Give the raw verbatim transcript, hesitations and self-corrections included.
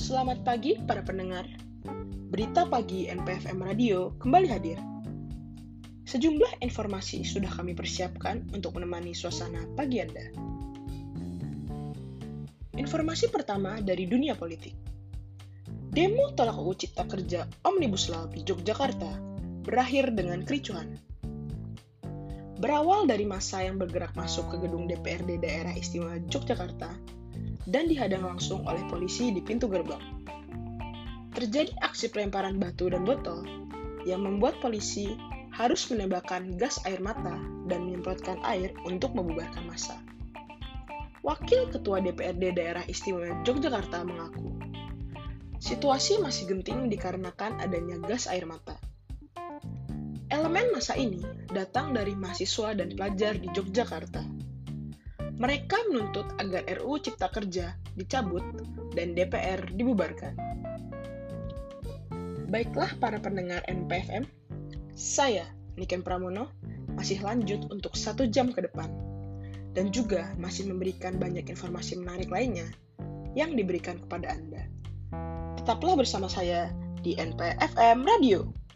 Selamat pagi para pendengar. Berita pagi N P F M Radio kembali hadir. Sejumlah informasi sudah kami persiapkan untuk menemani suasana pagi Anda. Informasi pertama dari dunia politik. Demo tolak U U Cipta Kerja Omnibus Law di Yogyakarta berakhir dengan kericuhan. Berawal dari massa yang bergerak masuk ke gedung D P R D Daerah Istimewa Yogyakarta dan dihadang langsung oleh polisi di pintu gerbang. Terjadi aksi pelemparan batu dan botol yang membuat polisi harus menembakkan gas air mata dan menyemprotkan air untuk membubarkan massa. Wakil Ketua D P R D Daerah Istimewa Yogyakarta mengaku, situasi masih genting dikarenakan adanya gas air mata. Elemen massa ini datang dari mahasiswa dan pelajar di Yogyakarta. Mereka menuntut agar R U U Cipta Kerja dicabut dan D P R dibubarkan. Baiklah para pendengar N P F M, saya, Niken Pramono, masih lanjut untuk satu jam ke depan, dan juga masih memberikan banyak informasi menarik lainnya yang diberikan kepada Anda. Tetaplah bersama saya di N P F M Radio.